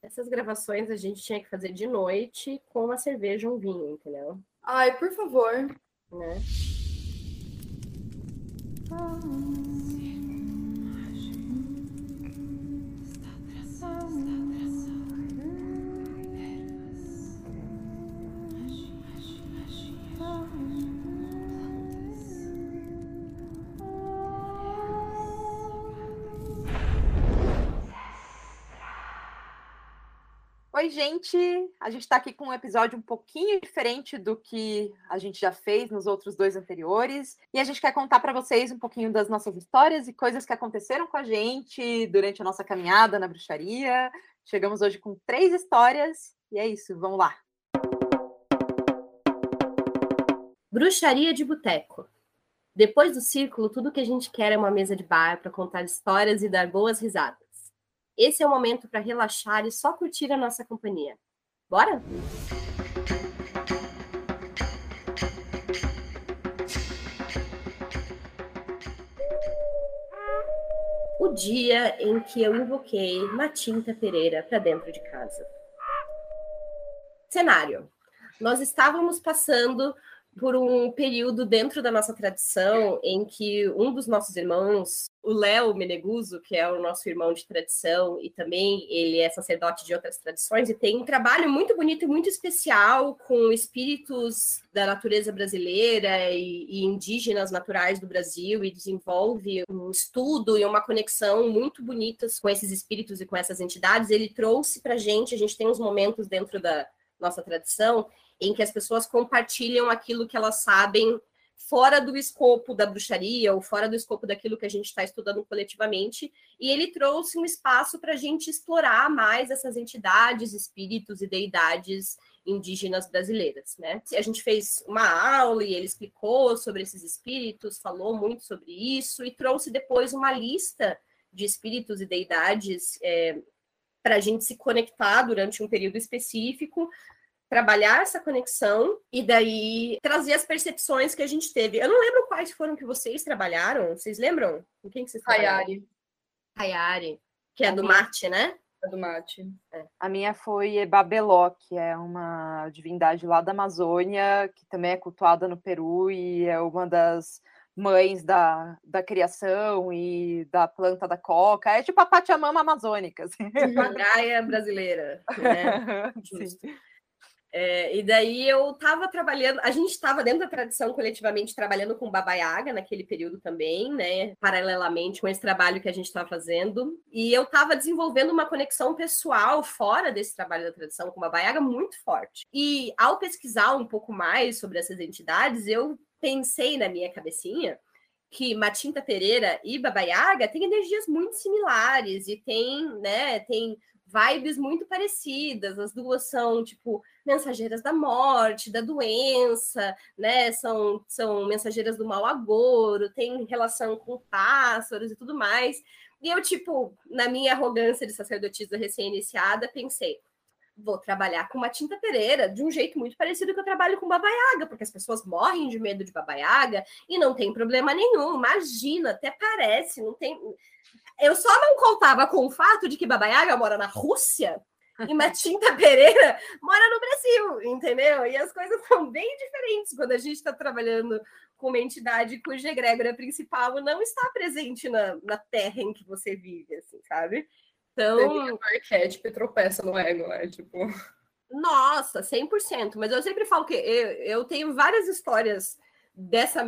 Essas gravações a gente tinha que fazer de noite com uma cerveja, um vinho, entendeu? Ai, por favor. Né? Oi, gente! A gente está aqui com um episódio um pouquinho diferente do que a gente já fez nos outros 2 anteriores. E a gente quer contar para vocês um pouquinho das nossas histórias e coisas que aconteceram com a gente durante a nossa caminhada na bruxaria. Chegamos hoje com 3 histórias e é isso, vamos lá! Bruxaria de boteco. Depois do círculo, tudo que a gente quer é uma mesa de bar para contar histórias e dar boas risadas. Esse é o momento para relaxar e só curtir a nossa companhia. Bora? O dia em que eu invoquei Matinta Pereira para dentro de casa. Cenário. Nós estávamos passando por um período dentro da nossa tradição em que um dos nossos irmãos, o Léo Meneguso, que é o nosso irmão de tradição e também ele é sacerdote de outras tradições e tem um trabalho muito bonito e muito especial com espíritos da natureza brasileira e indígenas naturais do Brasil e desenvolve um estudo e uma conexão muito bonitas com esses espíritos e com essas entidades. Ele trouxe para a gente tem uns momentos dentro da nossa tradição em que as pessoas compartilham aquilo que elas sabem fora do escopo da bruxaria ou fora do escopo daquilo que a gente está estudando coletivamente, e ele trouxe um espaço para a gente explorar mais essas entidades, espíritos e deidades indígenas brasileiras, né? A gente fez uma aula e ele explicou sobre esses espíritos, falou muito sobre isso e trouxe depois uma lista de espíritos e deidades para a gente se conectar durante um período específico, trabalhar essa conexão e daí trazer as percepções que a gente teve. Eu não lembro quais foram que vocês trabalharam. Vocês lembram? Com quem que vocês trabalharam? Hayari, que é do mate, né? É do mate. A minha foi Ebabeló, que é uma divindade lá da Amazônia, que também é cultuada no Peru e é uma das mães da criação e da planta da coca. É tipo a Pachamama amazônica. Assim. A Gaia brasileira, né? Justo. E daí eu estava trabalhando, a gente estava dentro da tradição coletivamente trabalhando com Baba Yaga naquele período também, né? Paralelamente com esse trabalho que a gente estava fazendo. E eu estava desenvolvendo uma conexão pessoal fora desse trabalho da tradição com Baba Yaga muito forte. E ao pesquisar um pouco mais sobre essas entidades, eu pensei na minha cabecinha que Matinta Pereira e Baba Yaga têm energias muito similares e tem vibes muito parecidas. As duas são, tipo, mensageiras da morte, da doença, né? São mensageiras do mau agouro, tem relação com pássaros e tudo mais. E eu, tipo, na minha arrogância de sacerdotisa recém-iniciada, pensei, vou trabalhar com Matinta Pereira de um jeito muito parecido que eu trabalho com Baba Yaga, porque as pessoas morrem de medo de Baba Yaga e não tem problema nenhum. Imagina, até parece, não tem... Eu só não contava com o fato de que Baba Yaga mora na Rússia e Matinta Pereira mora no Brasil, entendeu? E as coisas são bem diferentes quando a gente está trabalhando com uma entidade cuja egrégora principal não está presente na terra em que você vive, assim, sabe? Então... O arquétipo tropeça no ego, né? Tipo... Nossa, 100%. Mas eu sempre falo que eu tenho várias histórias dessa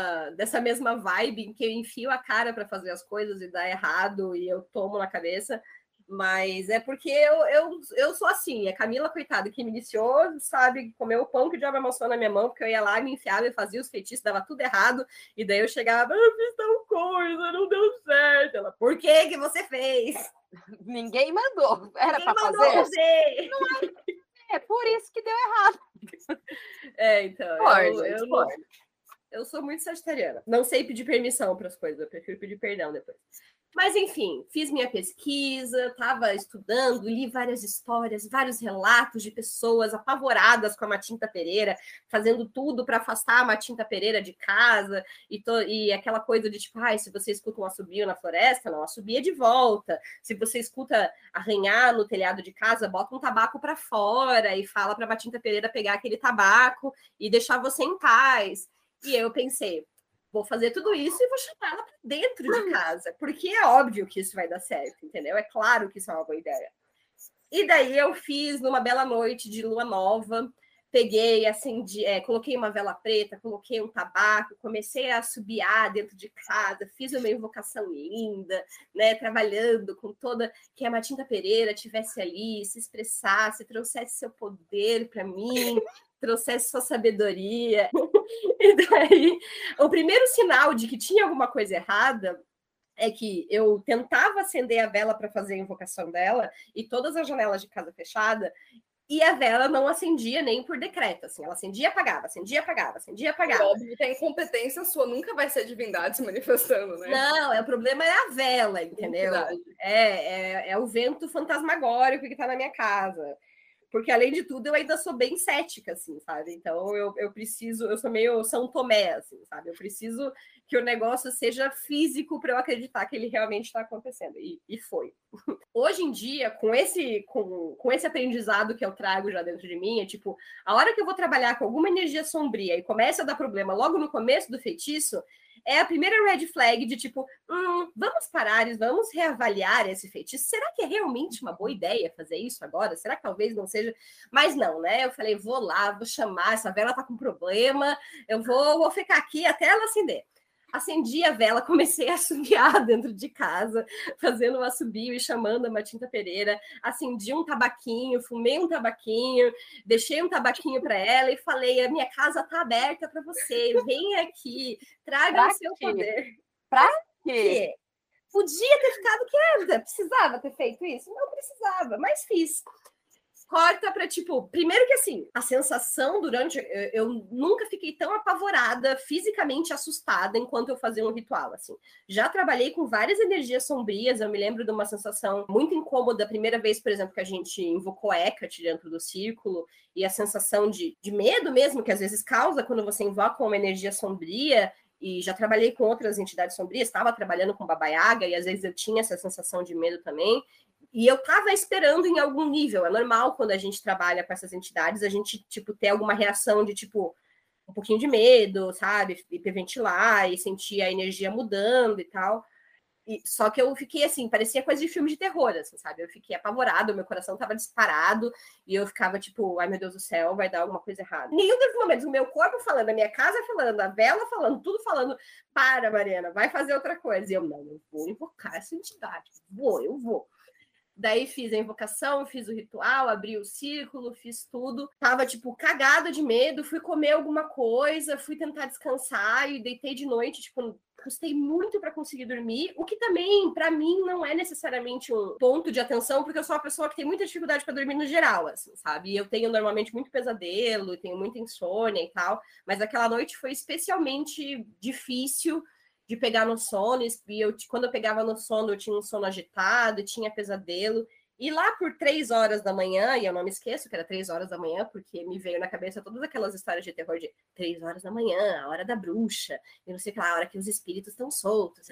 mesma vibe em que eu enfio a cara para fazer as coisas e dá errado e eu tomo na cabeça, mas é porque eu sou assim. A Camila, coitada, que me iniciou, sabe, comeu o pão que o diabo amassou na minha mão, porque eu ia lá, me enfiava e fazia os feitiços, dava tudo errado, e daí eu chegava, eu fiz tal coisa, não deu certo. Ela, por que você fez? Ninguém mandou. Era para fazer? Não é por isso que deu errado. Então, eu Eu sou muito sagitariana. Não sei pedir permissão para as coisas, eu prefiro pedir perdão depois. Mas, enfim, fiz minha pesquisa, estava estudando, li várias histórias, vários relatos de pessoas apavoradas com a Matinta Pereira, fazendo tudo para afastar a Matinta Pereira de casa, e aquela coisa de tipo, se você escuta um assobio na floresta, não assobia de volta. Se você escuta arranhar no telhado de casa, bota um tabaco para fora e fala para a Matinta Pereira pegar aquele tabaco e deixar você em paz. E eu pensei, vou fazer tudo isso e vou chamar ela para dentro de casa, porque é óbvio que isso vai dar certo, entendeu? É claro que isso é uma boa ideia. E daí eu fiz numa bela noite de lua nova, peguei, acendi, coloquei uma vela preta, coloquei um tabaco, comecei a assobiar dentro de casa, fiz uma invocação linda, né? Trabalhando com toda... Que a Matinta Pereira estivesse ali, se expressasse, trouxesse seu poder para mim, trouxesse sua sabedoria. E daí, o primeiro sinal de que tinha alguma coisa errada é que eu tentava acender a vela para fazer a invocação dela e todas as janelas de casa fechada, e a vela não acendia nem por decreto, assim, ela acendia e apagava, acendia e apagava, acendia e apagava. Óbvio que a incompetência sua nunca vai ser divindade se manifestando, né? Não, o problema é a vela, entendeu? É o vento fantasmagórico que está na minha casa. Porque, além de tudo, eu ainda sou bem cética, assim, sabe? Então, eu sou meio São Tomé, assim, sabe? Eu preciso que o negócio seja físico para eu acreditar que ele realmente está acontecendo. E foi. Hoje em dia, com esse aprendizado que eu trago já dentro de mim, é tipo, a hora que eu vou trabalhar com alguma energia sombria e começa a dar problema logo no começo do feitiço, é a primeira red flag de tipo, vamos parar e vamos reavaliar esse feitiço. Será que é realmente uma boa ideia fazer isso agora? Será que talvez não seja? Mas não, né? Eu falei, vou lá, vou chamar, essa vela tá com problema, eu vou ficar aqui até ela acender. Acendi a vela, comecei a assobiar dentro de casa, fazendo um assobio e chamando a Matinta Pereira. Acendi um tabaquinho, fumei um tabaquinho, deixei um tabaquinho para ela e falei: a minha casa está aberta para você, venha aqui, traga o seu poder. Para quê? Podia ter ficado quieta, precisava ter feito isso? Não precisava, mas fiz. Corta para, tipo, primeiro que assim, a sensação durante... Eu nunca fiquei tão apavorada, fisicamente assustada, enquanto eu fazia um ritual, assim. Já trabalhei com várias energias sombrias, eu me lembro de uma sensação muito incômoda, a primeira vez, por exemplo, que a gente invocou Hecate dentro do círculo, e a sensação de medo mesmo, que às vezes causa quando você invoca uma energia sombria, e já trabalhei com outras entidades sombrias, estava trabalhando com Baba Yaga, e às vezes eu tinha essa sensação de medo também, e eu estava esperando em algum nível. É normal quando a gente trabalha com essas entidades, a gente, tipo, ter alguma reação de, tipo, um pouquinho de medo, sabe? Hiperventilar e sentir a energia mudando e tal. Só que eu fiquei assim, parecia coisa de filme de terror, assim, sabe? Eu fiquei apavorado, meu coração estava disparado e eu ficava tipo, ai meu Deus do céu, vai dar alguma coisa errada. Nenhum desses momentos, o meu corpo falando, a minha casa falando, a vela falando, tudo falando, para, Mariana, vai fazer outra coisa. E eu vou invocar essa entidade, eu vou. Daí fiz a invocação, fiz o ritual, abri o círculo, fiz tudo. Tava, tipo, cagada de medo, fui comer alguma coisa, fui tentar descansar e deitei de noite, tipo, custei muito para conseguir dormir, o que também, para mim, não é necessariamente um ponto de atenção, porque eu sou uma pessoa que tem muita dificuldade para dormir no geral, assim, sabe? E eu tenho normalmente muito pesadelo, tenho muita insônia e tal, mas aquela noite foi especialmente difícil de pegar no sono, e quando eu pegava no sono, eu tinha um sono agitado, tinha pesadelo, e lá por 3 horas da manhã, e eu não me esqueço que era 3 horas da manhã, porque me veio na cabeça todas aquelas histórias de terror de 3 horas da manhã, a hora da bruxa, e não sei aquela hora que os espíritos estão soltos,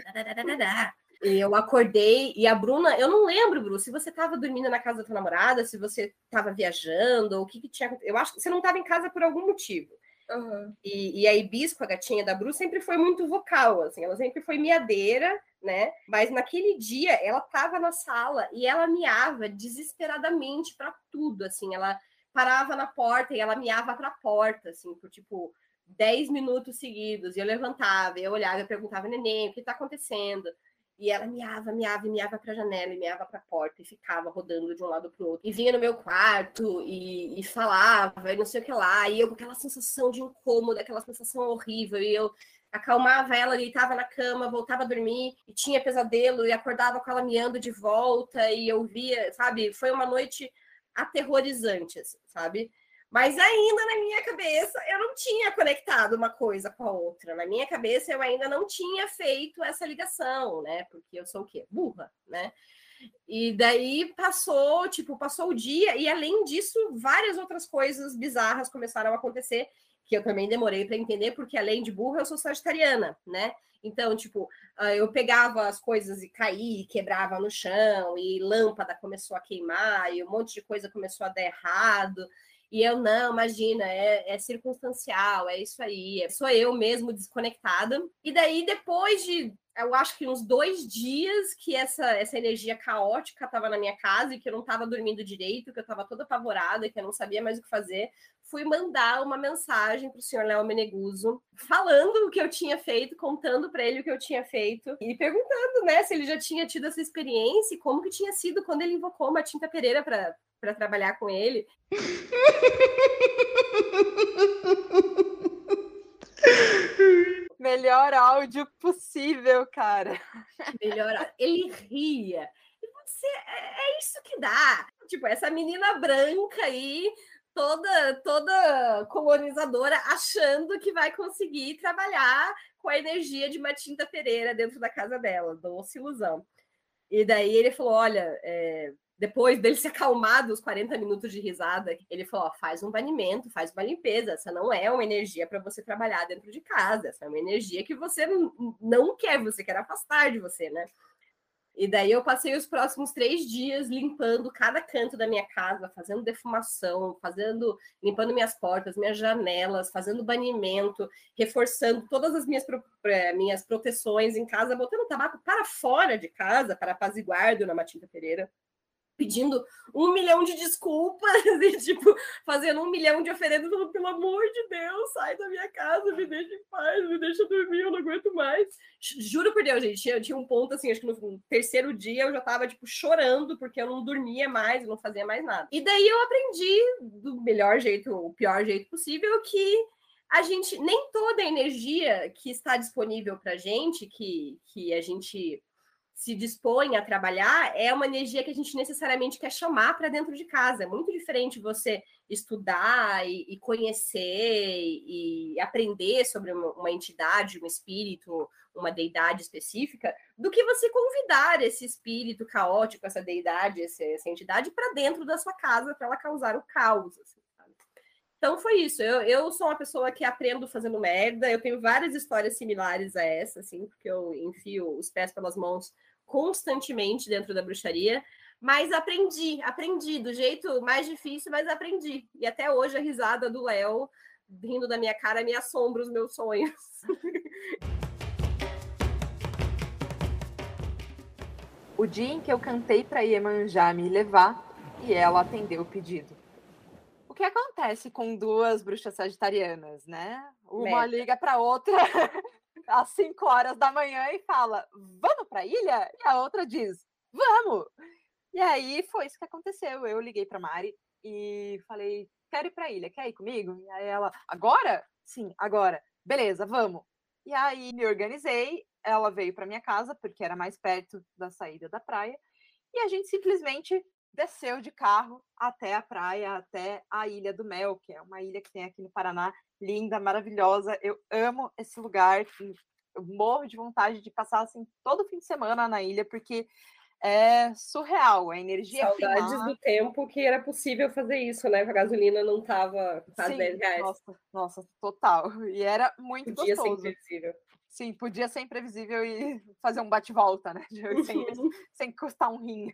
e eu acordei, e a Bruna, eu não lembro, Bru, se você estava dormindo na casa da tua namorada, se você estava viajando, o que tinha acontecido, eu acho que você não estava em casa por algum motivo. Uhum. E a Hibisco, a gatinha da Bru, sempre foi muito vocal, assim, ela sempre foi miadeira, né? Mas naquele dia ela estava na sala e ela miava desesperadamente para tudo, assim, ela parava na porta e ela miava para a porta, assim, por tipo 10 minutos seguidos. E eu levantava, eu olhava, eu perguntava, neném, o que está acontecendo? E ela miava para a janela, e miava para a porta, e ficava rodando de um lado para o outro. E vinha no meu quarto, e falava, e não sei o que lá. E eu com aquela sensação de incômodo, aquela sensação horrível. E eu acalmava ela, deitava na cama, voltava a dormir, e tinha pesadelo, e acordava com ela miando de volta, e eu via, sabe? Foi uma noite aterrorizante, assim, sabe? Mas ainda na minha cabeça eu não tinha conectado uma coisa com a outra. Na minha cabeça eu ainda não tinha feito essa ligação, né? Porque eu sou o quê? Burra, né? E daí passou o dia, e além disso, várias outras coisas bizarras começaram a acontecer, que eu também demorei para entender, porque além de burra, eu sou sagitariana, né? Então, eu pegava as coisas e caía, quebrava no chão, e lâmpada começou a queimar, e um monte de coisa começou a dar errado. E eu, não, imagina, é circunstancial, é isso aí, sou eu mesmo desconectada. E daí, depois de, eu acho que uns 2 dias que essa energia caótica estava na minha casa e que eu não estava dormindo direito, que eu estava toda apavorada, que eu não sabia mais o que fazer, fui mandar uma mensagem para o senhor Léo Meneguso, falando o que eu tinha feito, contando para ele o que eu tinha feito e perguntando, né, se ele já tinha tido essa experiência e como que tinha sido quando ele invocou uma Tinta Pereira para trabalhar com ele. Melhor áudio possível, cara. Melhor. Ele ria. É isso que dá. Tipo, essa menina branca aí, toda colonizadora, achando que vai conseguir trabalhar com a energia de uma Tinta Pereira dentro da casa dela. Doce ilusão. E daí ele falou, olha, depois dele se acalmar dos 40 minutos de risada, ele falou, faz um banimento, faz uma limpeza, essa não é uma energia para você trabalhar dentro de casa, essa é uma energia que você não quer, você quer afastar de você, né? E daí eu passei os próximos 3 dias limpando cada canto da minha casa, fazendo defumação, limpando minhas portas, minhas janelas, fazendo banimento, reforçando todas as minhas proteções em casa, botando tabaco para fora de casa, para apaziguar Dona Matilda Pereira, pedindo 1 milhão de desculpas e, fazendo 1 milhão de oferendas, falando, pelo amor de Deus, sai da minha casa, me deixa em paz, me deixa dormir, eu não aguento mais. Juro por Deus, gente, eu tinha um ponto, assim, acho que no 3º dia eu já tava, chorando, porque eu não dormia mais, eu não fazia mais nada. E daí eu aprendi, do melhor jeito, o pior jeito possível, que a gente, nem toda a energia que está disponível pra gente, que a gente se dispõe a trabalhar, é uma energia que a gente necessariamente quer chamar para dentro de casa. É muito diferente você estudar e conhecer e aprender sobre uma entidade, um espírito, uma deidade específica, do que você convidar esse espírito caótico, essa deidade, essa entidade, para dentro da sua casa para ela causar o caos. Assim, sabe? Então foi isso. Eu sou uma pessoa que aprendo fazendo merda. Eu tenho várias histórias similares a essa, assim, porque eu enfio os pés pelas mãos constantemente dentro da bruxaria, mas aprendi do jeito mais difícil, mas aprendi. E até hoje a risada do Léo rindo da minha cara me assombra os meus sonhos. O dia em que eu cantei para Iemanjá me levar e ela atendeu o pedido. O que acontece com 2 bruxas sagitarianas, né? Uma liga para outra às 5 horas da manhã e fala, vamos para a ilha? E a outra diz, vamos! E aí foi isso que aconteceu. Eu liguei para Mari e falei, quero ir para a ilha, quer ir comigo? E aí ela, agora? Sim, agora. Beleza, vamos. E aí me organizei, ela veio para minha casa, porque era mais perto da saída da praia, e a gente simplesmente desceu de carro até a praia, até a Ilha do Mel, que é uma ilha que tem aqui no Paraná, linda, maravilhosa. Eu amo esse lugar, eu morro de vontade de passar assim todo fim de semana na ilha, porque é surreal, a energia Saudades do tempo que era possível fazer isso, né? A gasolina não estava quase R$10. Nossa, total. E era muito Podia gostoso. ser imprevisível. Sim, podia ser imprevisível e fazer um bate-volta, né? sem custar um rim.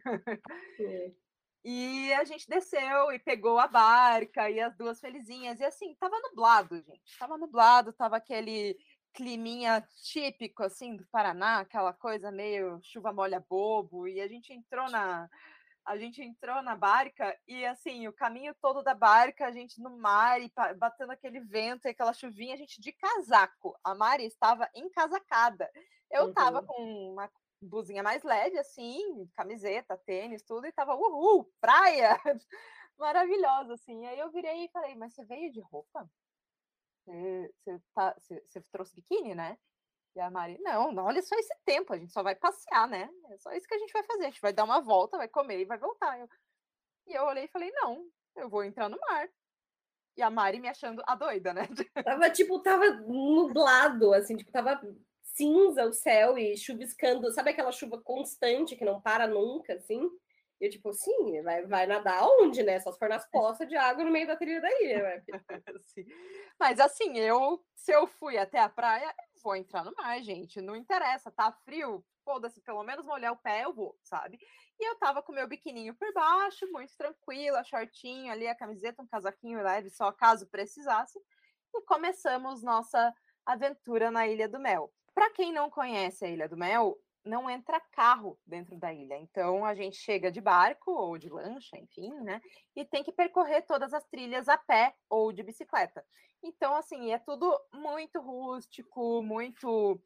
E a gente desceu e pegou a barca e as 2 felizinhas. E assim, tava nublado, gente. Tava nublado, tava aquele climinha típico, assim, do Paraná, aquela coisa meio chuva molha bobo. E a gente entrou na barca e, assim, o caminho todo da barca, a gente no mar e batendo aquele vento e aquela chuvinha, a gente de casaco. A Mari estava encasacada. Eu estava com uma blusinha mais leve, assim, camiseta, tênis, tudo, e tava, praia! Maravilhosa, assim. Aí eu virei e falei, mas você veio de roupa? Você trouxe biquíni, né? E a Mari, não, olha só esse tempo, a gente só vai passear, né? É só isso que a gente vai fazer, a gente vai dar uma volta, vai comer e vai voltar. E eu olhei e falei, não, eu vou entrar no mar. E a Mari me achando a doida, né? Tava nublado, assim, tipo, tava cinza o céu e chuviscando. Sabe aquela chuva constante que não para nunca, assim? E eu, tipo, sim, vai nadar onde, né? Só se for nas poças de água no meio da trilha da ilha, Sim. Mas assim, se eu fui até a praia, eu vou entrar no mar, gente. Não interessa, tá frio, foda-se, pelo menos molhar o pé, eu vou, sabe? E eu tava com meu biquininho por baixo, muito tranquila, shortinho ali, a camiseta, um casaquinho leve, só caso precisasse. E começamos nossa aventura na Ilha do Mel. Para quem não conhece a Ilha do Mel, não entra carro dentro da ilha. Então a gente chega de barco ou de lancha, enfim, né? E tem que percorrer todas as trilhas a pé ou de bicicleta. Então, assim, é tudo muito rústico, muito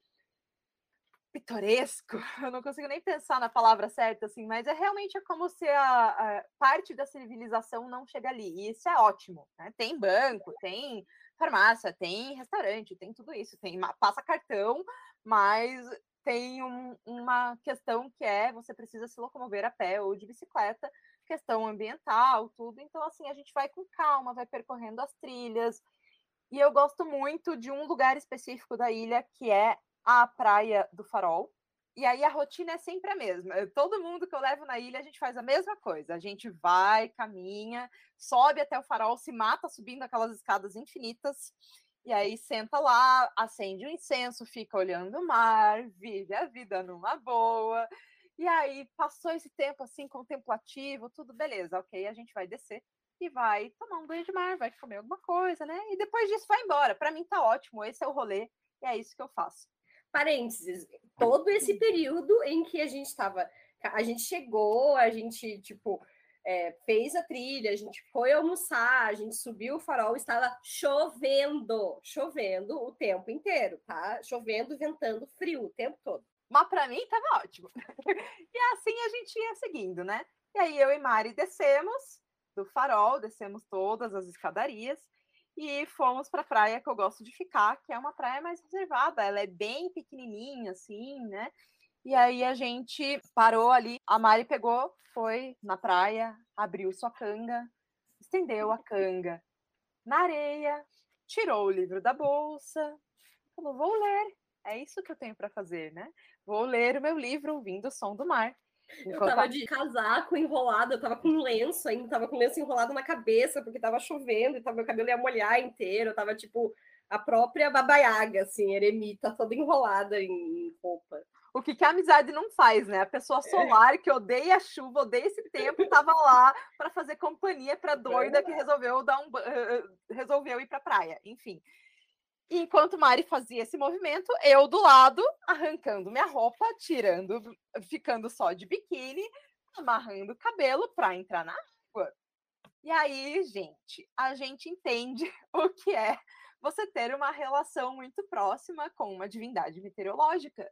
pitoresco. Eu não consigo nem pensar na palavra certa, assim, mas realmente como se a parte da civilização não chega ali. E isso é ótimo, né? Tem banco, tem farmácia, tem restaurante, tem tudo isso, tem passa cartão, mas tem uma questão que é você precisa se locomover a pé ou de bicicleta, questão ambiental, tudo. Então, assim, a gente vai com calma, vai percorrendo as trilhas. E eu gosto muito de um lugar específico da ilha, que é a Praia do Farol. E aí a rotina é sempre a mesma. Todo mundo que eu levo na ilha, a gente faz a mesma coisa. A gente vai, caminha, sobe até o farol, se mata subindo aquelas escadas infinitas. E aí senta lá, acende um incenso, fica olhando o mar, vive a vida numa boa. E aí passou esse tempo assim contemplativo, tudo beleza, ok, a gente vai descer e vai tomar um banho de mar, vai comer alguma coisa, né? E depois disso vai embora. Para mim tá ótimo, esse é o rolê e é isso que eu faço. Parênteses, todo esse período em que a gente chegou, a gente, tipo, fez a trilha, a gente foi almoçar, a gente subiu o farol, estava chovendo o tempo inteiro, tá? Chovendo, ventando, frio o tempo todo. Mas para mim tava ótimo. E assim a gente ia seguindo, né? E aí eu e Mari descemos do farol, descemos todas as escadarias e fomos para a praia que eu gosto de ficar, que é uma praia mais reservada, ela é bem pequenininha assim, né? E aí a gente parou ali, a Mari pegou, foi na praia, abriu sua canga, estendeu a canga na areia, tirou o livro da bolsa, falou: vou ler, é isso que eu tenho para fazer, né? Vou ler o meu livro ouvindo o som do mar. Eu tava de casaco enrolado, eu tava com lenço ainda, tava com lenço enrolado na cabeça, porque tava chovendo, e meu cabelo ia molhar inteiro, eu tava tipo a própria Baba Yaga, assim, eremita, toda enrolada em roupa. O que a amizade não faz, né? A pessoa solar que odeia a chuva, odeia esse tempo, tava lá para fazer companhia para doida que resolveu ir para praia, enfim. E enquanto Mari fazia esse movimento, eu do lado, arrancando minha roupa, ficando só de biquíni, amarrando o cabelo para entrar na água. E aí, gente, a gente entende o que é você ter uma relação muito próxima com uma divindade meteorológica.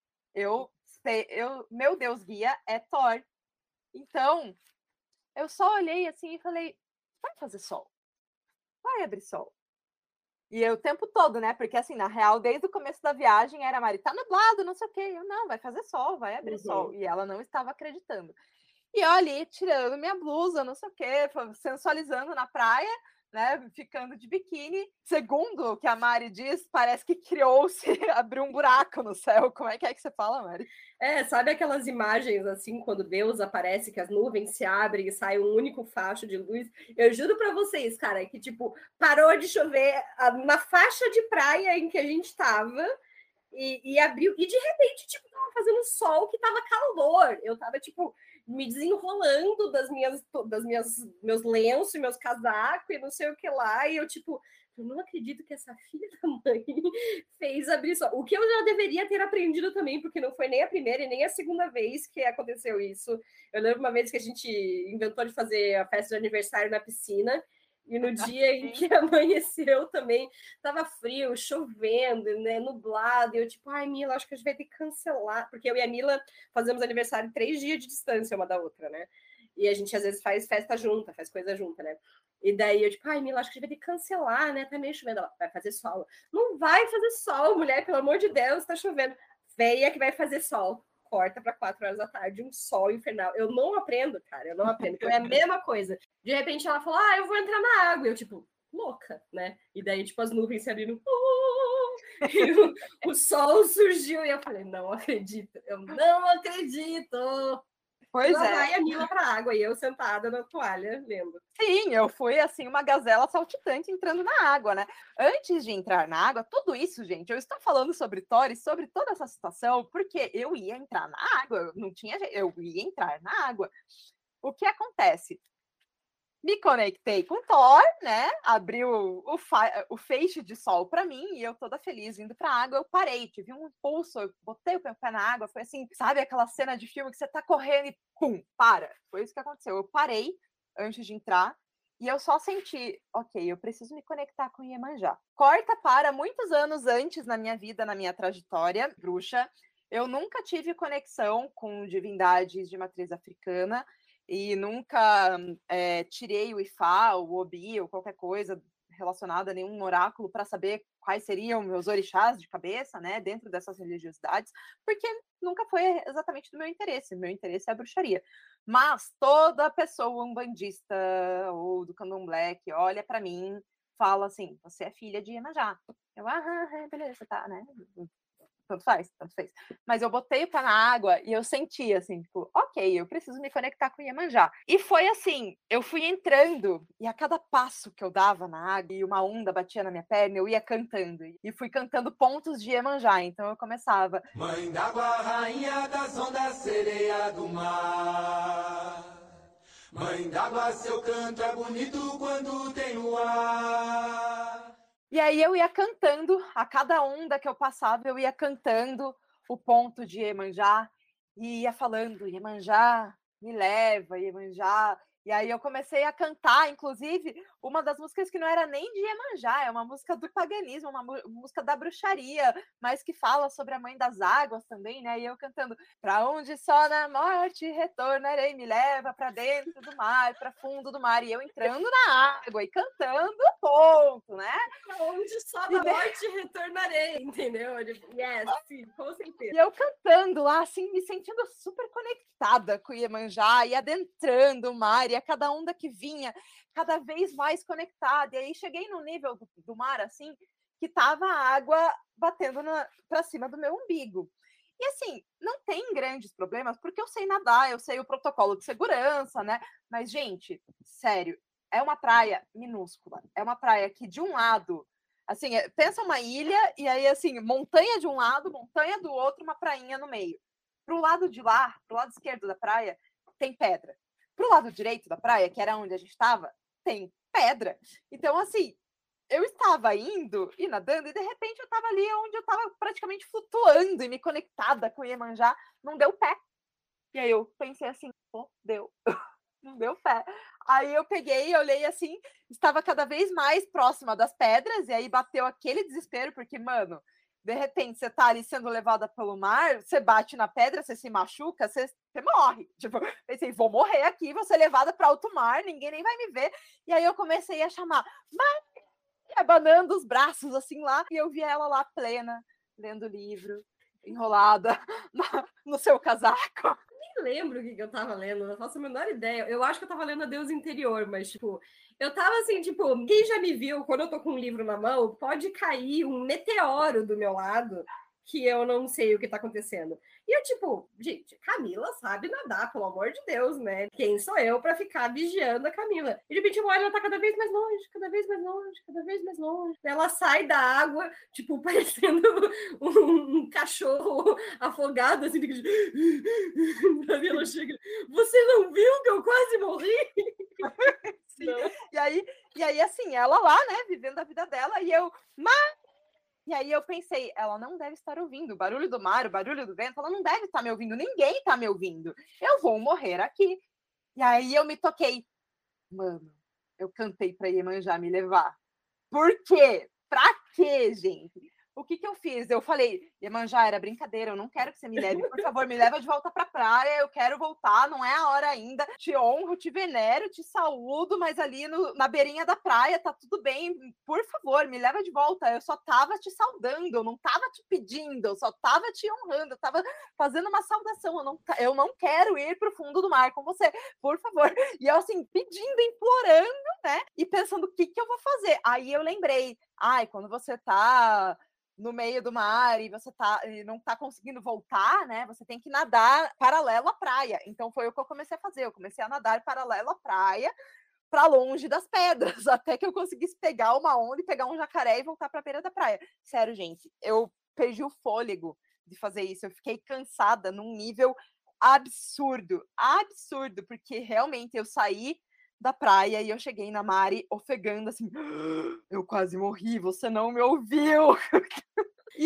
Meu Deus guia é Thor. Então, eu só olhei assim e falei: vai fazer sol, vai abrir sol. E eu o tempo todo, né? Porque assim, na real, desde o começo da viagem era: Mari, tá nublado, não sei o quê. Eu, não, vai fazer sol, vai abrir sol. E ela não estava acreditando. E eu ali, tirando minha blusa, não sei o quê, sensualizando na praia, né? Ficando de biquíni. Segundo o que a Mari diz, parece que criou-se, abriu um buraco no céu. Como é que você fala, Mari? Sabe aquelas imagens assim, quando Deus aparece, que as nuvens se abrem e sai um único facho de luz? Eu juro para vocês, cara, que tipo, parou de chover na faixa de praia em que a gente tava e abriu, e de repente, tipo, tava fazendo sol que tava calor. Eu tava, tipo, me desenrolando meus lenços, meus casacos e não sei o que lá, e eu, tipo, eu não acredito que essa filha da mãe fez abrir sol. O que eu já deveria ter aprendido também, porque não foi nem a primeira e nem a segunda vez que aconteceu isso. Eu lembro uma vez que a gente inventou de fazer a festa de aniversário na piscina, e no dia em que amanheceu também, tava frio, chovendo, né, nublado, e eu tipo, ai, Mila, acho que a gente vai ter que cancelar, porque eu e a Mila fazemos aniversário 3 dias de distância uma da outra, né? E a gente às vezes faz festa junta, faz coisa junta, né? E daí eu tipo, ai, Mila, acho que a gente vai ter que cancelar, né? Tá meio chovendo. Ela vai fazer sol. Não vai fazer sol, mulher, pelo amor de Deus, tá chovendo. Veia que vai fazer sol. Corta para 4 horas da tarde, um sol infernal. Eu não aprendo, cara, eu não aprendo. Foi a mesma coisa. De repente ela falou: eu vou entrar na água. Eu, tipo, louca, né? E daí, tipo, as nuvens se abriram. E o sol surgiu e eu falei, não acredito, eu não acredito. Pois e lá é. vai a Mila pra água e eu sentada na toalha lendo. Sim, eu fui assim uma gazela saltitante entrando na água, né? Antes de entrar na água, tudo isso, gente, eu estou falando sobre Tori, sobre toda essa situação, porque eu ia entrar na água, não tinha jeito, eu ia entrar na água. O que acontece? Me conectei com Thor, né? Abriu o feixe de sol para mim e eu toda feliz indo para a água. Eu parei, tive um impulso, eu botei o pé na água. Foi assim, sabe aquela cena de filme que você tá correndo e pum, para. Foi isso que aconteceu. Eu parei antes de entrar e eu só senti, ok, eu preciso me conectar com Iemanjá. Corta para muitos anos antes na minha vida, na minha trajetória bruxa. Eu nunca tive conexão com divindades de matriz africana. E nunca tirei o Ifá, o Obi, ou qualquer coisa relacionada a nenhum oráculo para saber quais seriam meus orixás de cabeça, né, dentro dessas religiosidades, porque nunca foi exatamente do meu interesse. Meu interesse é a bruxaria. Mas toda pessoa umbandista ou do candomblé que olha para mim fala assim, você é filha de Iemanjá. Eu, beleza, tá, né? Tanto faz. Mas eu botei o pé na água e eu senti, assim, tipo, ok, eu preciso me conectar com Iemanjá. E foi assim, eu fui entrando e a cada passo que eu dava na água e uma onda batia na minha perna, eu ia cantando. E fui cantando pontos de Iemanjá. Então eu começava... Mãe d'água, rainha das ondas, sereia do mar. Mãe d'água, seu canto é bonito quando tem luar. E aí eu ia cantando, a cada onda que eu passava, eu ia cantando o ponto de Iemanjá, e ia falando, Iemanjá, me leva, Iemanjá. E aí eu comecei a cantar, inclusive, uma das músicas que não era nem de Iemanjá, é uma música do paganismo, uma música da bruxaria, mas que fala sobre a mãe das águas também, né? E eu cantando, pra onde só na morte retornarei, me leva pra dentro do mar, pra fundo do mar. E eu entrando na água e cantando ponto, né? Pra onde só na morte retornarei, entendeu? Yes, sim, com certeza. E eu cantando lá, assim, me sentindo super conectada com o Iemanjá e adentrando o mar, e a cada onda que vinha, cada vez mais conectada. E aí cheguei no nível do mar, assim, que tava a água batendo para cima do meu umbigo. E assim, não tem grandes problemas, porque eu sei nadar, eu sei o protocolo de segurança, né? Mas, gente, sério, é uma praia minúscula. É uma praia que, de um lado, assim, pensa uma ilha e aí, assim, montanha de um lado, montanha do outro, uma prainha no meio. Pro lado de lá, pro lado esquerdo da praia, tem pedra. Pro lado direito da praia, que era onde a gente estava, tem pedra. Então, assim, eu estava indo e nadando e, de repente, eu estava ali onde eu estava praticamente flutuando e me conectada com o Iemanjá, não deu pé. E aí eu pensei assim, pô, deu. Não deu pé. Aí eu peguei, olhei assim, estava cada vez mais próxima das pedras, e aí bateu aquele desespero, porque, mano, de repente você tá ali sendo levada pelo mar, você bate na pedra, você se machuca, você morre. Tipo, pensei, vou morrer aqui, vou ser levada para alto mar, ninguém nem vai me ver. E aí eu comecei a chamar, mãe, abanando os braços assim lá, e eu vi ela lá plena, lendo livro, enrolada no seu casaco. Lembro o que eu tava lendo, não faço a menor ideia. Eu acho que eu tava lendo A Deus Interior, mas, tipo, eu tava assim, tipo, quem já me viu, quando eu tô com um livro na mão, pode cair um meteoro do meu lado que eu não sei o que tá acontecendo. E eu, tipo, gente, Camila sabe nadar, pelo amor de Deus, né? Quem sou eu pra ficar vigiando a Camila? E de repente eu olho, ela tá cada vez mais longe, cada vez mais longe, cada vez mais longe. Ela sai da água, tipo, parecendo um cachorro afogado, assim, e ela chega, você não viu que eu quase morri? Sim. E aí, assim, ela lá, né, vivendo a vida dela, e eu, mas... E aí eu pensei, ela não deve estar ouvindo o barulho do mar, o barulho do vento, ela não deve estar me ouvindo, ninguém está me ouvindo. Eu vou morrer aqui. E aí eu me toquei. Mano, eu cantei para Iemanjá me levar. Por quê? Pra quê, gente? O que eu fiz? Eu falei, Iemanjá, era brincadeira, eu não quero que você me leve, por favor, me leva de volta pra praia, eu quero voltar, não é a hora ainda, te honro, te venero, te saúdo, mas ali na beirinha da praia tá tudo bem, por favor, me leva de volta, eu só tava te saudando, eu não tava te pedindo, eu só tava te honrando, eu tava fazendo uma saudação, eu não quero ir pro fundo do mar com você, por favor. E eu assim, pedindo, implorando, né? E pensando o que eu vou fazer. Aí eu lembrei, quando você tá no meio do mar e você não tá conseguindo voltar, né? Você tem que nadar paralelo à praia. Então foi o que eu comecei a fazer. Eu comecei a nadar paralelo à praia, para longe das pedras, até que eu conseguisse pegar uma onda e pegar um jacaré e voltar para a beira da praia. Sério, gente, eu perdi o fôlego de fazer isso. Eu fiquei cansada num nível absurdo, porque realmente eu saí da praia e eu cheguei na Mari ofegando assim, eu quase morri, você não me ouviu. E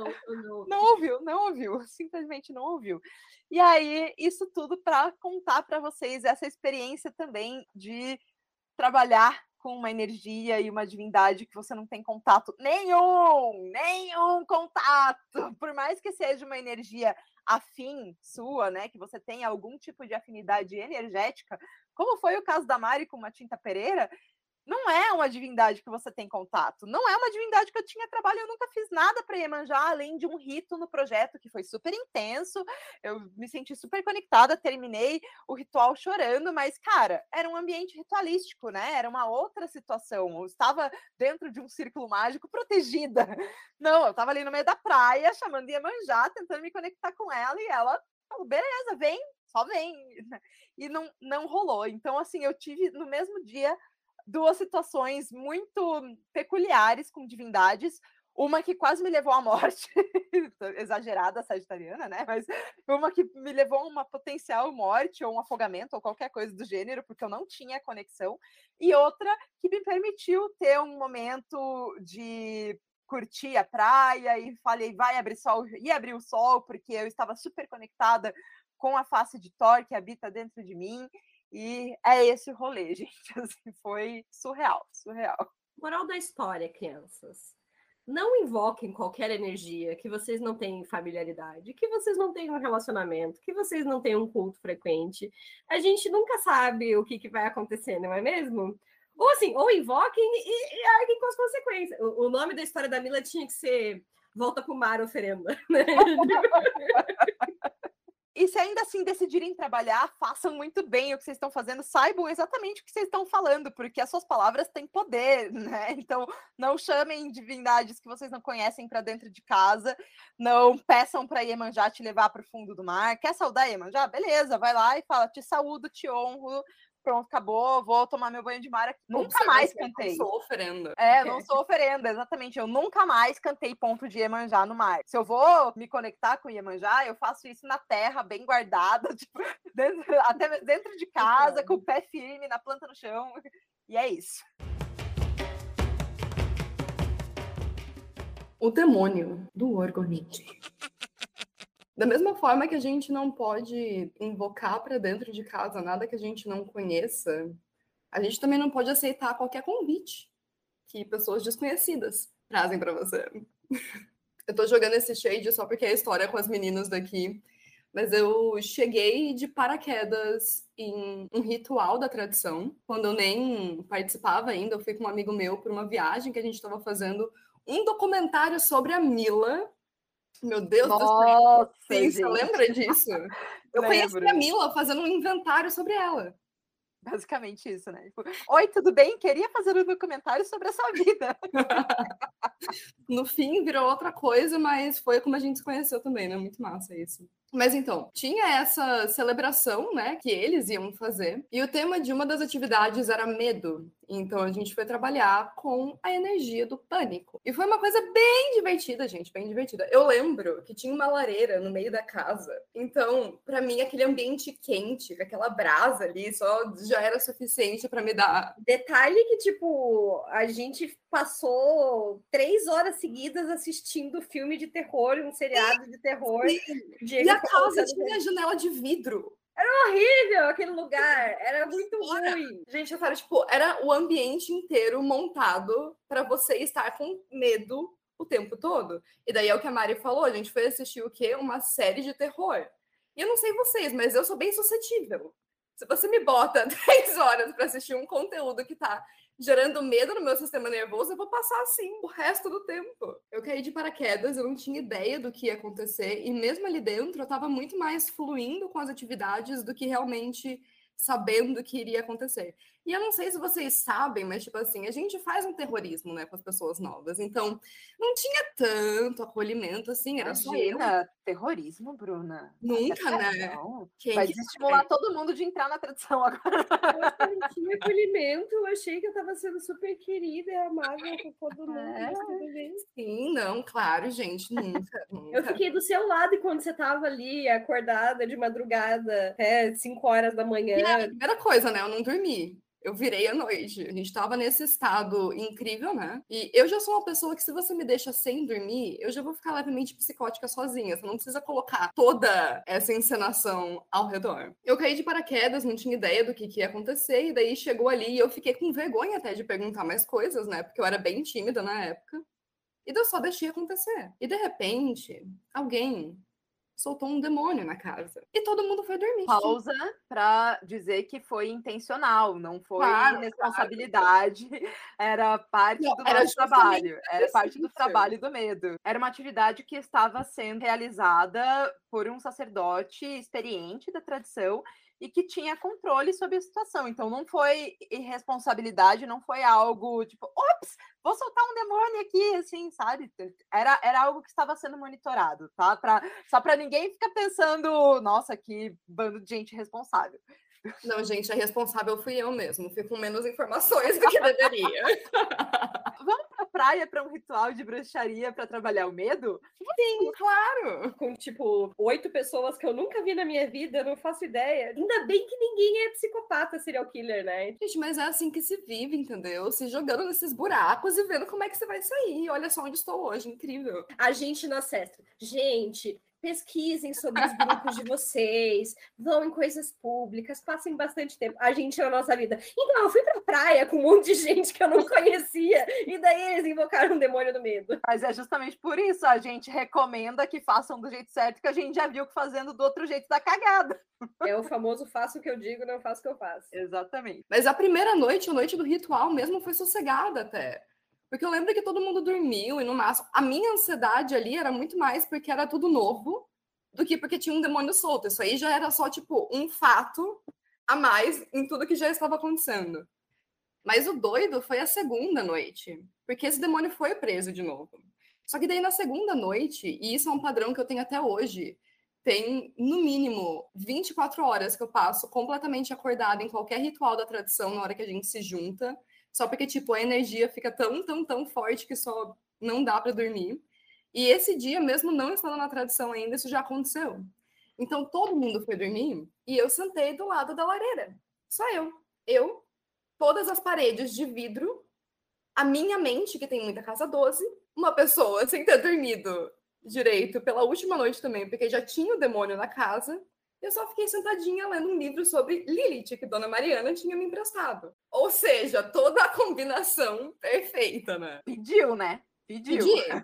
não ouviu, simplesmente não ouviu. E aí, isso tudo para contar para vocês essa experiência também de trabalhar com uma energia e uma divindade que você não tem contato nenhum contato, por mais que seja uma energia afim sua, né, que você tenha algum tipo de afinidade energética, como foi o caso da Mari com Matinta Pereira, não é uma divindade que você tem contato, não é uma divindade que eu tinha trabalho, eu nunca fiz nada para Iemanjá, além de um rito no projeto que foi super intenso, eu me senti super conectada, terminei o ritual chorando, mas, cara, era um ambiente ritualístico, né, era uma outra situação, eu estava dentro de um círculo mágico protegida, não, eu estava ali no meio da praia, chamando Iemanjá, tentando me conectar com ela, e ela falou, beleza, vem, só vem, e não rolou, então, assim, eu tive no mesmo dia duas situações muito peculiares com divindades, uma que quase me levou à morte, exagerada, sagitariana, né? Mas uma que me levou a uma potencial morte ou um afogamento ou qualquer coisa do gênero, porque eu não tinha conexão, e outra que me permitiu ter um momento de curtir a praia e falei, vai abrir sol, e abrir o sol, porque eu estava super conectada com a face de Thor que habita dentro de mim. E é esse o rolê, gente. Assim, foi surreal. Moral da história, crianças. Não invoquem qualquer energia que vocês não têm familiaridade, que vocês não têm um relacionamento, que vocês não têm um culto frequente. A gente nunca sabe o que vai acontecer, não é mesmo? Ou assim, ou invoquem e arguem com as consequências. O nome da história da Mila tinha que ser Volta pro Mar, Oferenda. Né? E se ainda assim decidirem trabalhar, façam muito bem o que vocês estão fazendo, saibam exatamente o que vocês estão falando, porque as suas palavras têm poder, né? Então, não chamem divindades que vocês não conhecem para dentro de casa, não peçam para Iemanjá te levar para o fundo do mar. Quer saudar Iemanjá? Beleza, vai lá e fala, te saúdo, te honro, pronto, acabou, vou tomar meu banho de mar aqui. Nunca mais cantei. Não sou oferenda. Não sou oferenda, exatamente. Eu nunca mais cantei ponto de Iemanjá no mar. Se eu vou me conectar com Iemanjá, eu faço isso na terra, bem guardada, tipo, até dentro de casa, com o pé firme, na planta no chão. E é isso. O demônio do Orgonite. Da mesma forma que a gente não pode invocar para dentro de casa nada que a gente não conheça, a gente também não pode aceitar qualquer convite que pessoas desconhecidas trazem para você. Eu tô jogando esse shade só porque é a história com as meninas daqui, mas eu cheguei de paraquedas em um ritual da tradição, quando eu nem participava ainda, eu fui com um amigo meu por uma viagem que a gente estava fazendo um documentário sobre a Mila. Meu Deus do céu. Sim, você lembra disso? Eu conheci a Mila fazendo um inventário sobre ela. Basicamente isso, né? Tipo, oi, tudo bem? Queria fazer um documentário sobre a sua vida. No fim, virou outra coisa, mas foi como a gente se conheceu também, né? Muito massa isso. Mas então, tinha essa celebração, né, que eles iam fazer, e o tema de uma das atividades era medo. Então a gente foi trabalhar com a energia do pânico. E foi uma coisa bem divertida, gente, bem divertida. Eu lembro que tinha uma lareira no meio da casa. Então, para mim, aquele ambiente quente, com aquela brasa ali, só já era suficiente para me dar. Detalhe que, tipo, a gente passou 3 horas seguidas assistindo filme de terror, um seriado de terror. E a casa tinha janela de vidro. Era horrível aquele lugar, era muito ruim. Gente, eu falo, tipo, era o ambiente inteiro montado para você estar com medo o tempo todo. E daí é o que a Mari falou, a gente foi assistir o quê? Uma série de terror. E eu não sei vocês, mas eu sou bem suscetível. Se você me bota 3 horas para assistir um conteúdo que tá gerando medo no meu sistema nervoso, eu vou passar assim o resto do tempo. Eu caí de paraquedas, eu não tinha ideia do que ia acontecer, e mesmo ali dentro eu tava muito mais fluindo com as atividades do que realmente sabendo o que iria acontecer. E eu não sei se vocês sabem, mas, tipo assim, a gente faz um terrorismo, né, com as pessoas novas. Então, não tinha tanto acolhimento, assim, era só eu. Imagina, terrorismo, Bruna. Nunca, né? Não. Quem Vai que desestimular todo mundo de entrar na tradição agora. Nossa, não tinha acolhimento, eu achei que eu tava sendo super querida e amável com todo mundo, mas tudo bem. Sim, não, claro, gente, nunca, Eu nunca. fiquei do seu lado e quando você tava ali, acordada de madrugada, até 5 horas da manhã. E a primeira coisa, né, eu não dormi. Eu virei à noite. A gente tava nesse estado incrível, né? E eu já sou uma pessoa que, se você me deixa sem dormir, eu já vou ficar levemente psicótica sozinha. Você não precisa colocar toda essa encenação ao redor. Eu caí de paraquedas, não tinha ideia do que ia acontecer, e daí chegou ali e eu fiquei com vergonha até de perguntar mais coisas, né? Porque eu era bem tímida na época. E eu só deixei acontecer. E de repente, alguém soltou um demônio na casa. E todo mundo foi dormir. Pausa para dizer que foi intencional, não foi Claro, responsabilidade, era parte Não, do era nosso trabalho, justamente era parte do exercício. trabalho do medo. Era uma atividade que estava sendo realizada por um sacerdote experiente da tradição e que tinha controle sobre a situação. Então não foi irresponsabilidade, não foi algo tipo, ops, vou soltar um demônio aqui, assim, sabe? Era algo que estava sendo monitorado, tá? Só para ninguém ficar pensando, nossa, que bando de gente responsável. Não, gente, a responsável fui eu mesmo. Fui com menos informações do que deveria. Vamos pra praia para um ritual de bruxaria para trabalhar o medo? Sim, claro. Com, tipo, 8 pessoas que eu nunca vi na minha vida, não faço ideia. Ainda bem que ninguém é psicopata serial killer, né? Gente, mas é assim que se vive, entendeu? Se jogando nesses buracos e vendo como é que você vai sair. Olha só onde estou hoje, incrível. A gente não acessa. Gente, pesquisem sobre os grupos de vocês, vão em coisas públicas, passem bastante tempo. A gente na nossa vida. Então, eu fui pra praia com um monte de gente que eu não conhecia, e daí eles invocaram o demônio do medo. Mas é justamente por isso a gente recomenda que façam do jeito certo, que a gente já viu que fazendo do outro jeito dá cagada. É o famoso faço o que eu digo, não faço o que eu faço. Exatamente. Mas a primeira noite, a noite do ritual mesmo, foi sossegada até. Porque eu lembro que todo mundo dormiu e no máximo. A minha ansiedade ali era muito mais porque era tudo novo do que porque tinha um demônio solto. Isso aí já era só, tipo, um fato a mais em tudo que já estava acontecendo. Mas o doido foi a segunda noite, porque esse demônio foi preso de novo. Só que daí na segunda noite, e isso é um padrão que eu tenho até hoje, tem no mínimo 24 horas que eu passo completamente acordada em qualquer ritual da tradição na hora que a gente se junta, só porque tipo a energia fica tão forte que só não dá para dormir. E esse dia, mesmo não estando na tradição ainda, isso já aconteceu. Então todo mundo foi dormir e eu sentei do lado da lareira. Só eu, todas as paredes de vidro, a minha mente, que tem muita casa 12, uma pessoa sem ter dormido direito pela última noite também, porque já tinha o demônio na casa, eu só fiquei sentadinha lendo um livro sobre Lilith, que Dona Mariana tinha me emprestado. Ou seja, toda a combinação perfeita, né? Pediu, né? Pedi.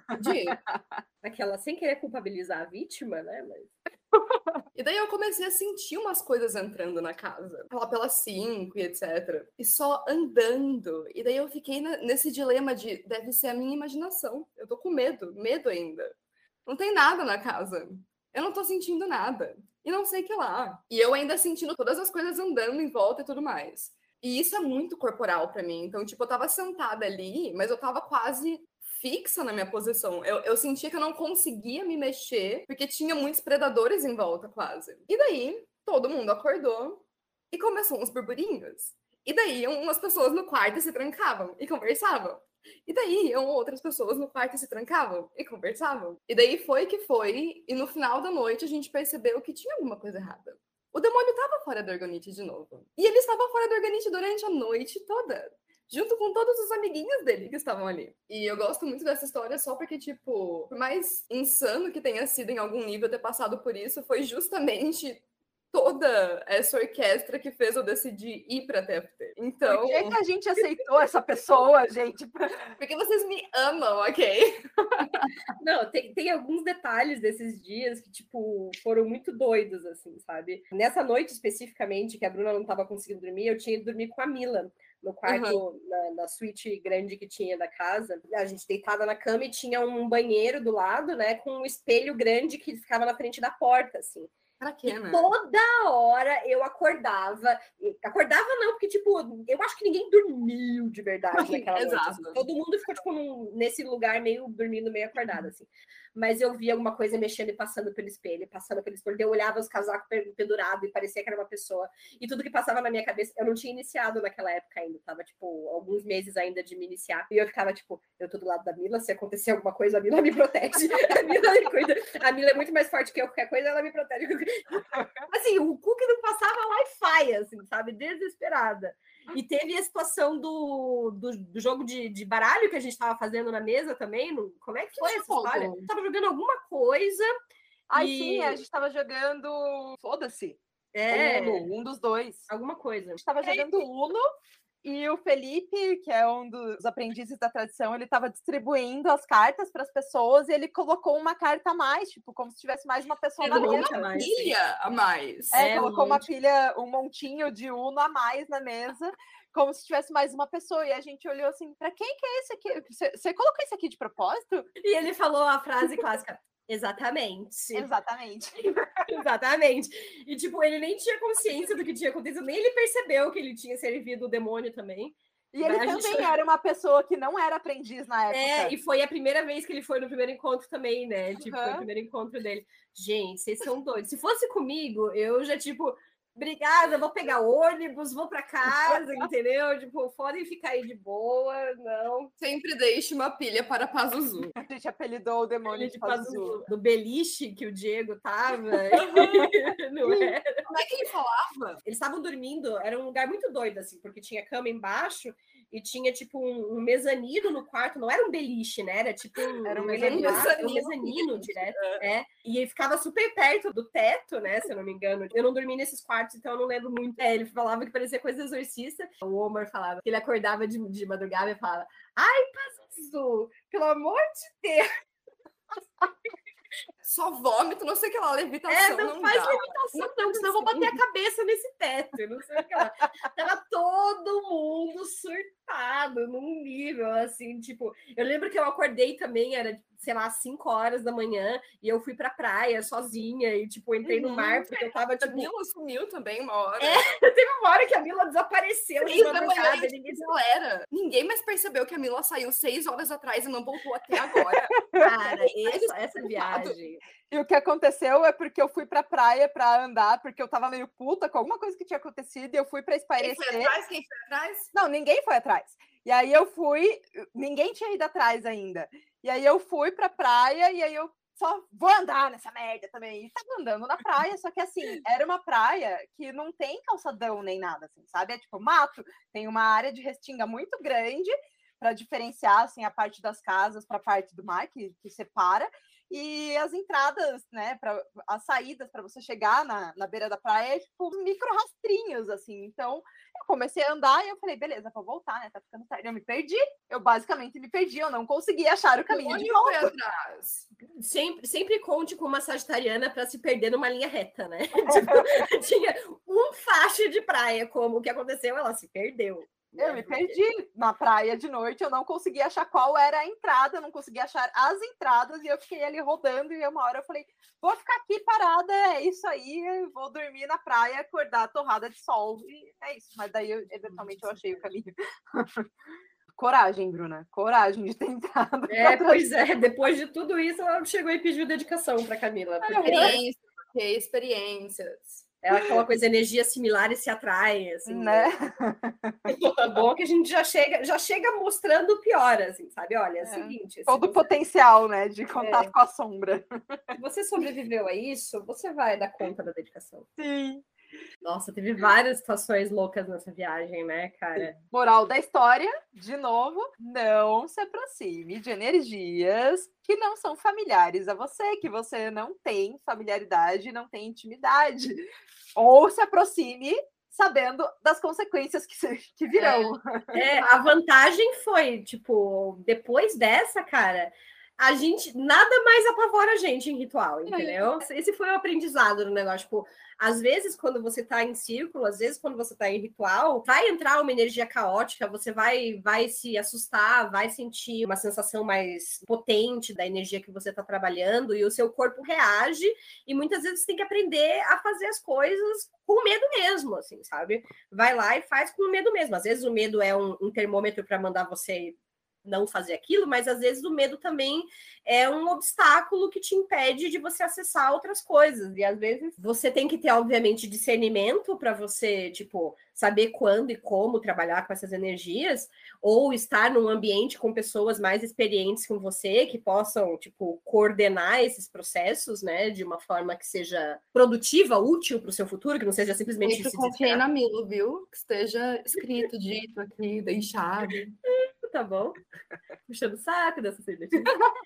Aquela sem querer culpabilizar a vítima, né? Mas... E daí eu comecei a sentir umas coisas entrando na casa, lá pelas 5 e etc. E só andando. E daí eu fiquei nesse dilema de deve ser a minha imaginação. Eu tô com medo ainda. Não tem nada na casa. Eu não tô sentindo nada. E não sei o que lá. E eu ainda sentindo todas as coisas andando em volta e tudo mais. E isso é muito corporal pra mim. Então, tipo, eu tava sentada ali, mas eu tava quase fixa na minha posição. Eu sentia que eu não conseguia me mexer, porque tinha muitos predadores em volta, quase. E daí, todo mundo acordou e começou uns burburinhos. E daí, umas pessoas no quarto se trancavam e conversavam. E daí, iam outras pessoas no quarto se trancavam e conversavam. E daí foi que foi, e no final da noite a gente percebeu que tinha alguma coisa errada. O demônio estava fora da Orgonite de novo. E ele estava fora da Orgonite durante a noite toda, junto com todos os amiguinhos dele que estavam ali. E eu gosto muito dessa história só porque, tipo, por mais insano que tenha sido em algum nível ter passado por isso, foi justamente toda essa orquestra que fez eu decidir ir pra TFT. Então... Por que a gente aceitou essa pessoa, gente? Porque vocês me amam, ok? Não, tem alguns detalhes desses dias que, tipo, foram muito doidos, assim, sabe? Nessa noite, especificamente, que a Bruna não tava conseguindo dormir, eu tinha ido dormir com a Mila, no quarto, na suíte grande que tinha da casa. A gente deitada na cama e tinha um banheiro do lado, né, com um espelho grande que ficava na frente da porta, assim. Pra quê, né? Toda hora eu acordava. Acordava não, porque, tipo, eu acho que ninguém dormiu de verdade naquela noite. Assim. Todo mundo ficou, tipo, nesse lugar meio dormindo, meio acordado, assim. Mas eu via alguma coisa mexendo e passando pelo espelho. Eu olhava os casacos pendurados e parecia que era uma pessoa. E tudo que passava na minha cabeça, eu não tinha iniciado naquela época ainda. Tava, tipo, alguns meses ainda de me iniciar. E eu ficava, tipo, eu tô do lado da Mila, se acontecer alguma coisa, a Mila me protege. A Mila me cuida. A Mila é muito mais forte que eu, qualquer coisa, ela me protege. Assim, o Cook não passava Wi-Fi, assim, sabe? Desesperada. E teve a situação do jogo de baralho que a gente estava fazendo na mesa também. Como é que foi essa história? Tava jogando alguma coisa. Sim, a gente estava jogando. Foda-se. Uno, um dos dois. Alguma coisa. A gente estava jogando Uno. E o Felipe, que é um dos aprendizes da tradição, ele estava distribuindo as cartas para as pessoas e ele colocou uma carta a mais, tipo, como se tivesse mais uma pessoa na mesa. Uma pilha a mais. Colocou uma pilha, um montinho de Uno a mais na mesa, como se tivesse mais uma pessoa. E a gente olhou assim, para quem que é esse aqui? Você colocou isso aqui de propósito? E ele falou a frase clássica. Exatamente. Exatamente. E, tipo, ele nem tinha consciência do que tinha acontecido, nem ele percebeu que ele tinha servido o demônio também. E ele também era uma pessoa que não era aprendiz na época. E foi a primeira vez que ele foi no primeiro encontro também, né? Tipo, foi o primeiro encontro dele. Gente, vocês são doidos. Se fosse comigo, eu já, tipo... Obrigada, vou pegar ônibus, vou para casa, entendeu? Tipo, podem ficar aí de boa, não. Sempre deixe uma pilha para Pazuzu. A gente apelidou o demônio de Pazuzu. Do beliche que o Diego tava. Não era. Como é que ele falava? Eles estavam dormindo, era um lugar muito doido, assim, porque tinha cama embaixo e tinha, tipo, um mezanino no quarto. Não era um beliche, né? Era, tipo, um mezanino direto. E ele ficava super perto do teto, né? Se eu não me engano. Eu não dormi nesses quartos, então eu não lembro muito. Ele falava que parecia coisa de exorcista. O Omar falava que ele acordava de madrugada e falava: ai, Pazuzu, pelo amor de Deus. Só vômito, não sei o que lá, levitação. Não faz levitação, não, senão eu vou bater a cabeça nesse teto. Não sei o que lá. Tava todo mundo surtado num nível assim, tipo. Eu lembro que eu acordei também, era, sei lá, 5 horas da manhã, e eu fui pra praia sozinha, e, tipo, entrei no mar, porque eu tava, tipo... A Mila sumiu também uma hora. Teve uma hora que a Mila desapareceu. 3 da manhã, galera. Ninguém mais percebeu que a Mila saiu 6 horas atrás e não voltou até agora. Cara, essa viagem... E o que aconteceu é porque eu fui pra praia pra andar, porque eu tava meio puta com alguma coisa que tinha acontecido, e eu fui pra espairecer. Quem foi atrás? Não, ninguém foi atrás. E aí eu fui, ninguém tinha ido atrás ainda. E aí eu fui pra praia, e aí eu só vou andar nessa merda também. E tava andando na praia, só que assim, era uma praia que não tem calçadão nem nada, assim, sabe? É tipo mato, tem uma área de restinga muito grande para diferenciar, assim, a parte das casas para a parte do mar, que separa. E as entradas, né, as saídas para você chegar na beira da praia é tipo micro rastrinhos, assim. Então, eu comecei a andar e eu falei, beleza, vou voltar, né? Tá ficando tarde. Eu me perdi. Eu basicamente me perdi, eu não consegui achar o caminho de volta. Foi atrás. Sempre conte com uma sagitariana para se perder numa linha reta, né? Tipo, tinha um faixa de praia, como o que aconteceu, ela se perdeu. Eu me perdi na praia de noite, eu não consegui achar qual era a entrada, eu não consegui achar as entradas, e eu fiquei ali rodando, e uma hora eu falei, vou ficar aqui parada, é isso aí, eu vou dormir na praia, acordar torrada de sol, e é isso. Mas daí, eventualmente, eu achei o caminho. Coragem, Bruna, coragem de ter entrado. Pois é, depois de tudo isso, ela chegou e pediu dedicação para Camila. Experiências. Ela aquela coisa, energia similar e se atrai, assim. Né? É bom que a gente já chega mostrando o pior, assim, sabe? Olha, é o seguinte... Todo o potencial, né, de contato com a sombra. Se você sobreviveu a isso, você vai dar conta da dedicação. Sim. Nossa, teve várias situações loucas nessa viagem, né, cara? Moral da história, de novo, não se aproxime de energias que não são familiares a você, que você não tem familiaridade, não tem intimidade. Ou se aproxime sabendo das consequências que virão. A vantagem foi, tipo, depois dessa, cara... a gente, nada mais apavora a gente em ritual, entendeu? Esse foi o aprendizado do negócio. Tipo, às vezes, quando você tá em círculo, às vezes, quando você tá em ritual, vai entrar uma energia caótica, você vai se assustar, vai sentir uma sensação mais potente da energia que você tá trabalhando e o seu corpo reage. E muitas vezes você tem que aprender a fazer as coisas com medo mesmo, assim, sabe? Vai lá e faz com medo mesmo. Às vezes o medo é um termômetro para mandar você não fazer aquilo, mas às vezes o medo também é um obstáculo que te impede de você acessar outras coisas. E às vezes você tem que ter, obviamente, discernimento para você, tipo, saber quando e como trabalhar com essas energias, ou estar num ambiente com pessoas mais experientes com você, que possam, tipo, coordenar esses processos, né, de uma forma que seja produtiva, útil para o seu futuro, que não seja simplesmente Muito confiei na Milo, viu? Que esteja escrito, dito aqui, deixado. Tá bom? Puxando o saco dessa cerveja.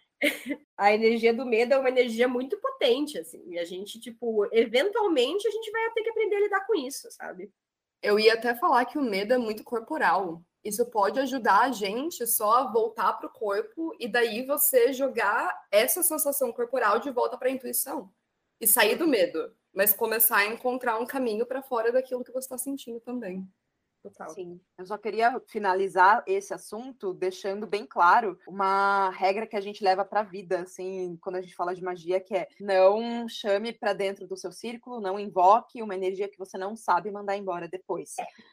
A energia do medo é uma energia muito potente, assim. E a gente, tipo, eventualmente a gente vai ter que aprender a lidar com isso, sabe? Eu ia até falar que o medo é muito corporal. Isso pode ajudar a gente só a voltar para o corpo e daí você jogar essa sensação corporal de volta para a intuição. E sair do medo, mas começar a encontrar um caminho para fora daquilo que você está sentindo também. Total. Sim, eu só queria finalizar esse assunto deixando bem claro uma regra que a gente leva para a vida, assim, quando a gente fala de magia, que é não chame para dentro do seu círculo, não invoque uma energia que você não sabe mandar embora depois.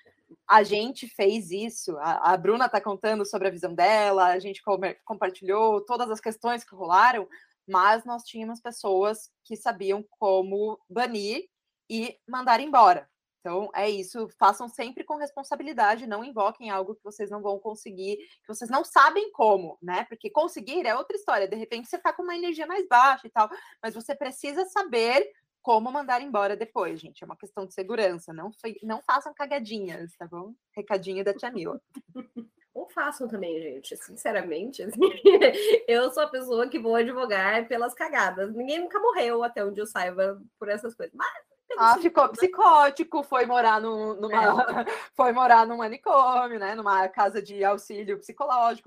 A gente fez isso, a Bruna está contando sobre a visão dela, a gente compartilhou todas as questões que rolaram, mas nós tínhamos pessoas que sabiam como banir e mandar embora. Então, é isso, façam sempre com responsabilidade, não invoquem algo que vocês não vão conseguir, que vocês não sabem como, né? Porque conseguir é outra história, de repente você tá com uma energia mais baixa e tal, mas você precisa saber como mandar embora depois, gente, é uma questão de segurança, não façam cagadinhas, tá bom? Recadinho da tia Mila. Ou façam também, gente, sinceramente, assim, eu sou a pessoa que vou advogar pelas cagadas, ninguém nunca morreu, até onde eu saiba, por essas coisas, mas ficou psicótico, foi morar foi morar num manicômio, né? Numa casa de auxílio psicológico.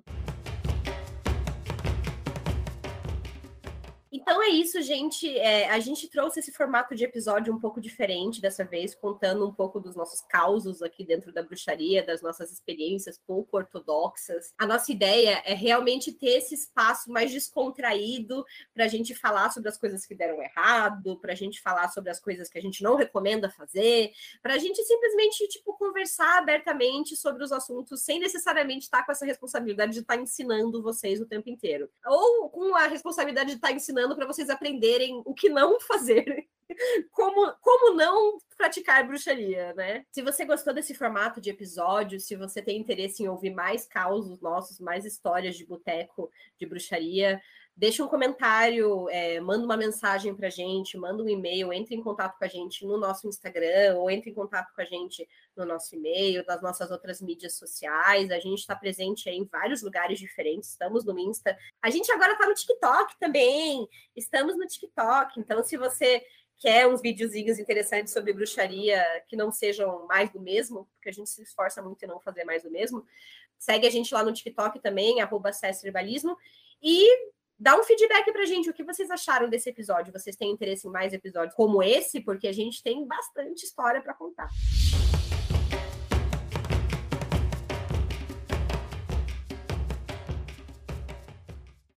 Então é isso, gente. A gente trouxe esse formato de episódio um pouco diferente dessa vez, contando um pouco dos nossos causos aqui dentro da bruxaria, das nossas experiências pouco ortodoxas. A nossa ideia é realmente ter esse espaço mais descontraído para a gente falar sobre as coisas que deram errado, para a gente falar sobre as coisas que a gente não recomenda fazer, para a gente simplesmente, tipo, conversar abertamente sobre os assuntos sem necessariamente estar com essa responsabilidade de estar ensinando vocês o tempo inteiro. Ou com a responsabilidade de estar ensinando para vocês aprenderem o que não fazer, como não praticar bruxaria, né? Se você gostou desse formato de episódio, se você tem interesse em ouvir mais causos nossos, mais histórias de boteco, de bruxaria, deixa um comentário, manda uma mensagem pra gente, manda um e-mail, entre em contato com a gente no nosso Instagram, ou entre em contato com a gente no nosso e-mail, nas nossas outras mídias sociais. A gente está presente em vários lugares diferentes, estamos no Insta. A gente agora está no TikTok também, estamos no TikTok, então se você quer uns videozinhos interessantes sobre bruxaria que não sejam mais do mesmo, porque a gente se esforça muito em não fazer mais do mesmo, segue a gente lá no TikTok também, @SesTribalismo, e dá um feedback pra gente, o que vocês acharam desse episódio? Vocês têm interesse em mais episódios como esse? Porque a gente tem bastante história para contar.